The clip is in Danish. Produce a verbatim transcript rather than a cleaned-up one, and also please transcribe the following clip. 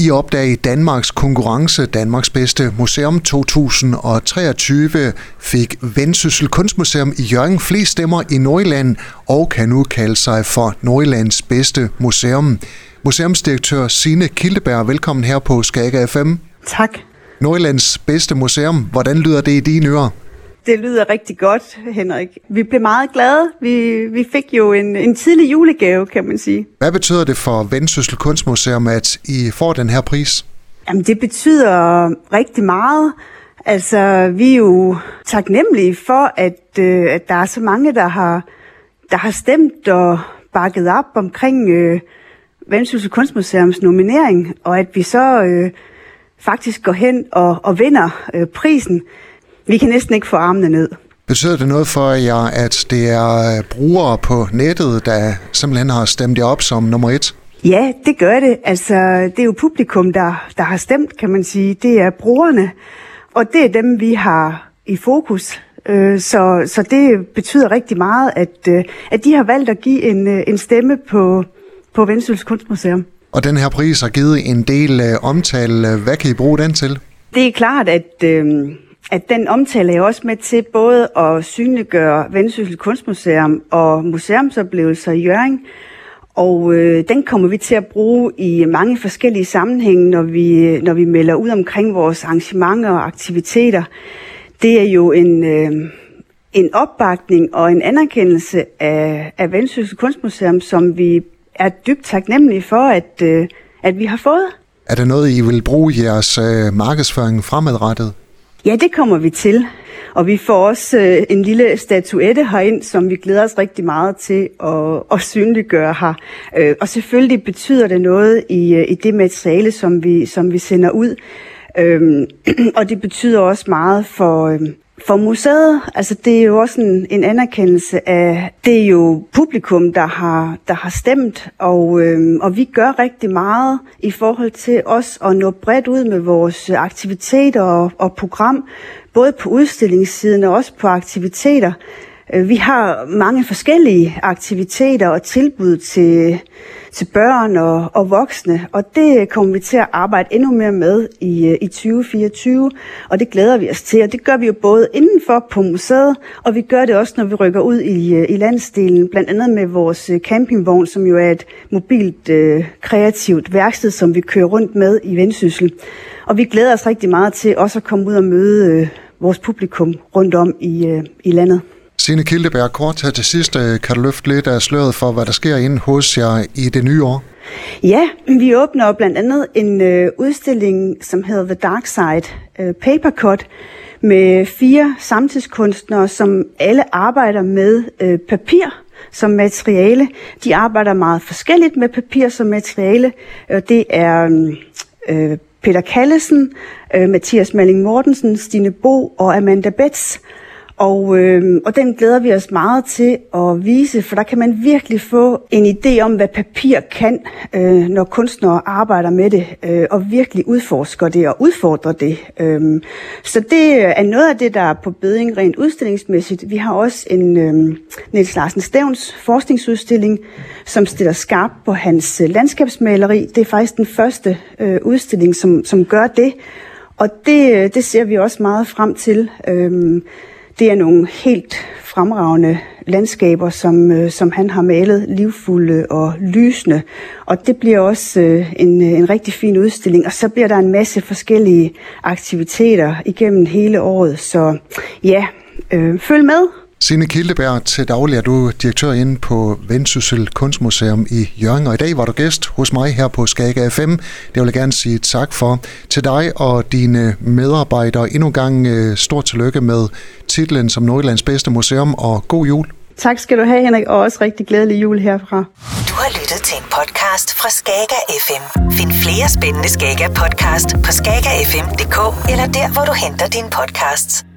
I opdag Danmarks konkurrence, Danmarks bedste museum to tusind treogtyve, fik Vendsyssel Kunstmuseum i Hjørring flest stemmer i Nordjylland og kan nu kalde sig for Nordjyllands bedste museum. Museumsdirektør Signe Kildeberg, velkommen her på Skager F M. Tak. Nordjyllands bedste museum, hvordan lyder det i dine ører? Det lyder rigtig godt, Henrik. Vi blev meget glade. Vi, vi fik jo en, en tidlig julegave, kan man sige. Hvad betyder det for Vendsyssel Kunstmuseum, at I får den her pris? Jamen, det betyder rigtig meget. Altså, vi er jo taknemmelige for, at, øh, at der er så mange, der har, der har stemt og bakket op omkring øh, Vendsyssel Kunstmuseums nominering, og at vi så øh, faktisk går hen og, og vinder øh, prisen. Vi kan næsten ikke få armene ned. Betyder det noget for jer, at det er brugere på nettet, der simpelthen har stemt jer op som nummer et? Ja, det gør det. Altså, det er jo publikum, der, der har stemt, kan man sige. Det er brugerne, og det er dem, vi har i fokus. Så, så det betyder rigtig meget, at, at de har valgt at give en, en stemme på, på Vendsyssel Kunstmuseum. Og den her pris har givet en del omtale. Hvad kan I bruge den til? Det er klart, at... at den omtale er også med til både at synliggøre Vendsyssel Kunstmuseum og museumsoplevelser i Hjørring. Og øh, den kommer vi til at bruge i mange forskellige sammenhænge, når vi, når vi melder ud omkring vores arrangementer og aktiviteter. Det er jo en, øh, en opbakning og en anerkendelse af, af Vendsyssel Kunstmuseum, som vi er dybt taknemmelige for, at, øh, at vi har fået. Er det noget, I vil bruge i jeres øh, markedsføring fremadrettet? Ja, det kommer vi til. Og vi får også øh, en lille statuette herind, som vi glæder os rigtig meget til at, at synliggøre her. Øh, og selvfølgelig betyder det noget i, i det materiale, som vi, som vi sender ud. Øh, og det betyder også meget for... Øh, For museet, altså det er jo også en, en anerkendelse af, det er jo publikum, der har, der har stemt, og, øhm, og vi gør rigtig meget i forhold til os at nå bredt ud med vores aktiviteter og, og program, både på udstillingssiden og også på aktiviteter. Vi har mange forskellige aktiviteter og tilbud til, til børn og, og voksne, og det kommer vi til at arbejde endnu mere med i, i tyve fireogtyve, og det glæder vi os til. Og det gør vi jo både indenfor på museet, og vi gør det også, når vi rykker ud i, i landsdelen, blandt andet med vores campingvogn, som jo er et mobilt øh, kreativt værksted, som vi kører rundt med i Vendsyssel. Og vi glæder os rigtig meget til også at komme ud og møde øh, vores publikum rundt om i, øh, i landet. Signe Kildeberg, kort her til sidst, kan du løfte lidt af sløret for, hvad der sker inde hos jer i det nye år? Ja, vi åbner blandt andet en øh, udstilling, som hedder The Dark Side øh, Papercut, med fire samtidskunstnere, som alle arbejder med øh, papir som materiale. De arbejder meget forskelligt med papir som materiale. Det er øh, Peter Callesen, øh, Mathias Malling Mortensen, Stine Bo og Amanda Betts. Og, øh, og den glæder vi os meget til at vise, for der kan man virkelig få en idé om, hvad papir kan, øh, når kunstnere arbejder med det, øh, og virkelig udforsker det og udfordrer det. Øh, så det er noget af det, der er på bedding rent udstillingsmæssigt. Vi har også en øh, Niels Larsen Stevns forskningsudstilling, som stiller skarpt på hans landskabsmaleri. Det er faktisk den første øh, udstilling, som, som gør det, og det, det ser vi også meget frem til. Øh, Det er nogle helt fremragende landskaber, som, som han har malet, livfulde og lysende. Og det bliver også en, en rigtig fin udstilling. Og så bliver der en masse forskellige aktiviteter igennem hele året. Så ja, øh, følg med. Signe Kildeberg, til daglig er du direktør inde på Vendsyssel Kunstmuseum i Hjørring, og i dag var du gæst hos mig her på Skager F M. Det vil jeg gerne sige tak for. Til dig og dine medarbejdere endnu en gang stort tillykke med titlen som Nordjyllands bedste museum, og god jul. Tak skal du have, Henrik, og også rigtig glædelig jul herfra. Du har lyttet til en podcast fra Skager F M. Find flere spændende Skager podcast på skager f m punktum d k eller der, hvor du henter dine podcasts.